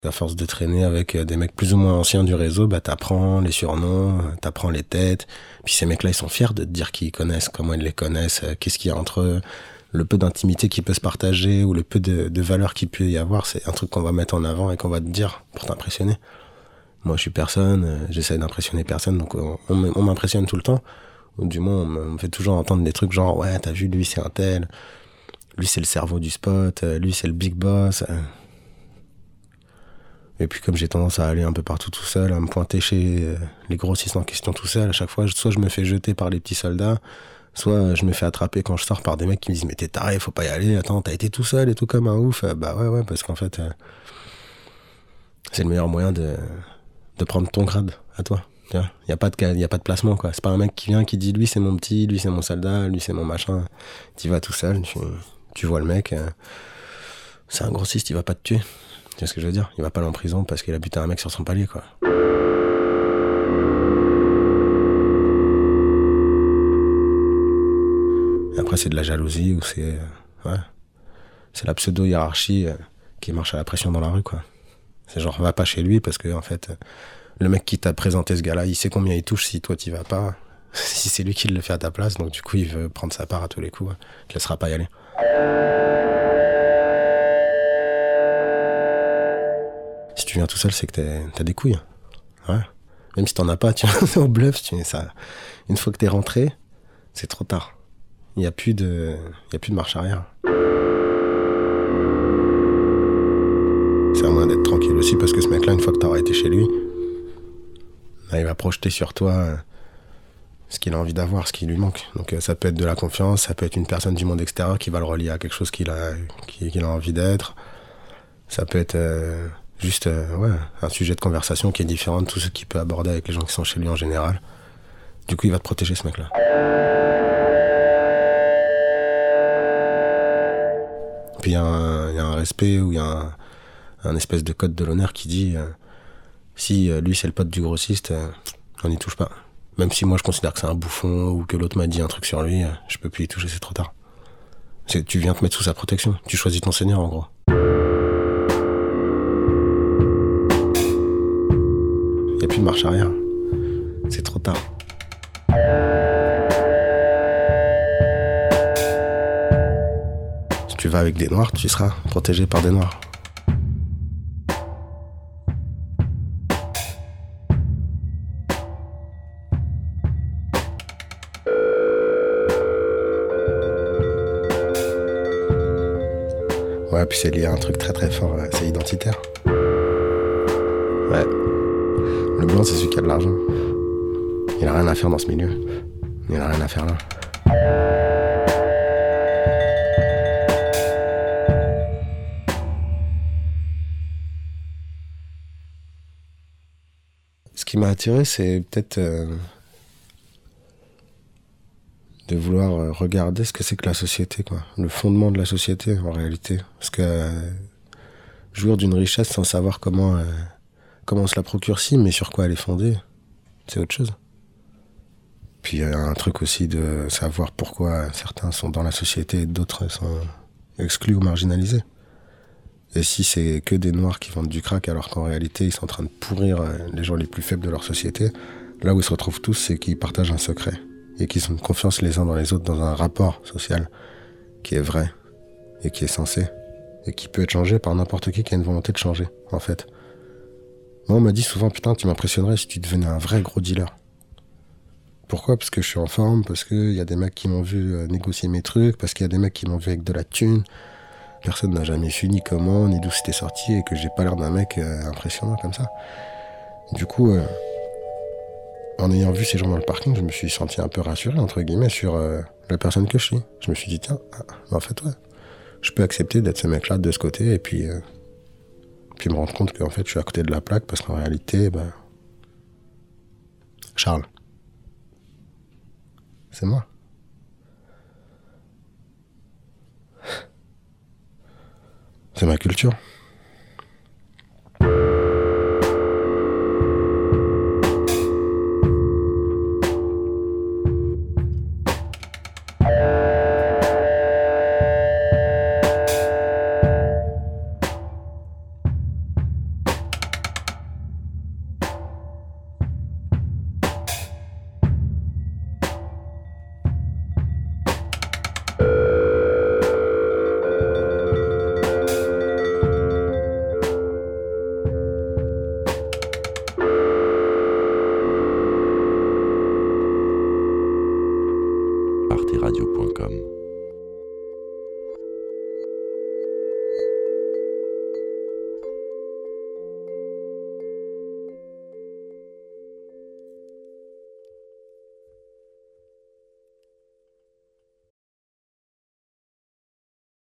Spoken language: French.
À force de traîner avec des mecs plus ou moins anciens du réseau, bah t'apprends les surnoms, t'apprends les têtes. Puis ces mecs-là, ils sont fiers de te dire qu'ils connaissent, comment ils les connaissent, qu'est-ce qu'il y a entre eux, le peu d'intimité qui peut se partager ou le peu de valeur qu'il peut y avoir. C'est un truc qu'on va mettre en avant et qu'on va te dire pour t'impressionner. Moi, je suis personne, j'essaie d'impressionner personne, donc on m'impressionne tout le temps. Ou du moins, on me fait toujours entendre des trucs genre, ouais, t'as vu, lui, c'est un tel, lui, c'est le cerveau du spot, lui, c'est le big boss. Et puis comme j'ai tendance à aller un peu partout tout seul, à me pointer chez les grossistes en question tout seul, à chaque fois, soit je me fais jeter par les petits soldats, soit je me fais attraper quand je sors par des mecs qui me disent mais t'es taré, faut pas y aller, attends, t'as été tout seul et tout comme un ouf. Bah ouais, parce qu'en fait, c'est le meilleur moyen de prendre ton grade à toi. Il n'y a pas de placement, quoi. C'est pas un mec qui vient qui dit lui c'est mon petit, lui c'est mon soldat, lui c'est mon machin. Tu vas tout seul, tu vois le mec, c'est un grossiste, il va pas te tuer. Tu vois ce que je veux dire? Il va pas aller en prison parce qu'il a buté un mec sur son palier, quoi. Et après, c'est de la jalousie ou ouais, c'est la pseudo-hiérarchie qui marche à la pression dans la rue, quoi. C'est genre, va pas chez lui parce que, en fait, le mec qui t'a présenté ce gars-là, il sait combien il touche si toi t'y vas pas. Si c'est lui qui le fait à ta place, donc du coup, il veut prendre sa part à tous les coups. Il te laissera pas y aller. Si tu viens tout seul, c'est que t'as des couilles. Ouais. Même si t'en as pas, tu vois, au bluff, une fois que t'es rentré, c'est trop tard. Il y a plus de marche arrière. C'est à moi d'être tranquille aussi parce que ce mec-là, une fois que t'auras été chez lui, là, il va projeter sur toi ce qu'il a envie d'avoir, ce qui lui manque. Donc ça peut être de la confiance, ça peut être une personne du monde extérieur qui va le relier à quelque chose qu'il a envie d'être. Ça peut être juste ouais, un sujet de conversation qui est différent de tout ce qu'il peut aborder avec les gens qui sont chez lui en général. Du coup, il va te protéger, ce mec-là. Puis il y a un respect ou il y a un espèce de code de l'honneur qui dit si lui c'est le pote du grossiste, on n'y touche pas. Même si moi je considère que c'est un bouffon ou que l'autre m'a dit un truc sur lui, je peux plus y toucher, c'est trop tard. Tu viens te mettre sous sa protection, tu choisis ton seigneur en gros. Il n'y a plus de marche arrière, c'est trop tard. Si tu vas avec des noirs, tu seras protégé par des noirs. Ouais, puis c'est lié à un truc très très fort, c'est identitaire. Ouais. Le blanc, c'est celui qui a de l'argent. Il a rien à faire dans ce milieu. Il a rien à faire là. Ce qui m'a attiré, c'est peut-être de vouloir regarder ce que c'est que la société, quoi. Le fondement de la société, en réalité. Parce que jouir d'une richesse sans savoir comment on se la procure, si, mais sur quoi elle est fondée, c'est autre chose. Puis il y a un truc aussi de savoir pourquoi certains sont dans la société et d'autres sont exclus ou marginalisés. Et si c'est que des noirs qui vendent du crack alors qu'en réalité ils sont en train de pourrir les gens les plus faibles de leur société, là où ils se retrouvent tous, c'est qu'ils partagent un secret et qu'ils ont confiance les uns dans les autres dans un rapport social qui est vrai et qui est sensé et qui peut être changé par n'importe qui a une volonté de changer, en fait. Moi, on m'a dit souvent, putain, tu m'impressionnerais si tu devenais un vrai gros dealer. Pourquoi? Parce que je suis en forme, parce qu'il y a des mecs qui m'ont vu négocier mes trucs, parce qu'il y a des mecs qui m'ont vu avec de la thune. Personne n'a jamais su ni comment, ni d'où c'était sorti, et que j'ai pas l'air d'un mec impressionnant comme ça. Du coup, en ayant vu ces gens dans le parking, je me suis senti un peu rassuré, entre guillemets, sur la personne que je suis. Je me suis dit, tiens, en fait, ouais, je peux accepter d'être ce mec-là de ce côté, et puis me rendre compte qu'en fait, je suis à côté de la plaque, parce qu'en réalité, Charles, c'est moi. C'est ma culture. gmail.com.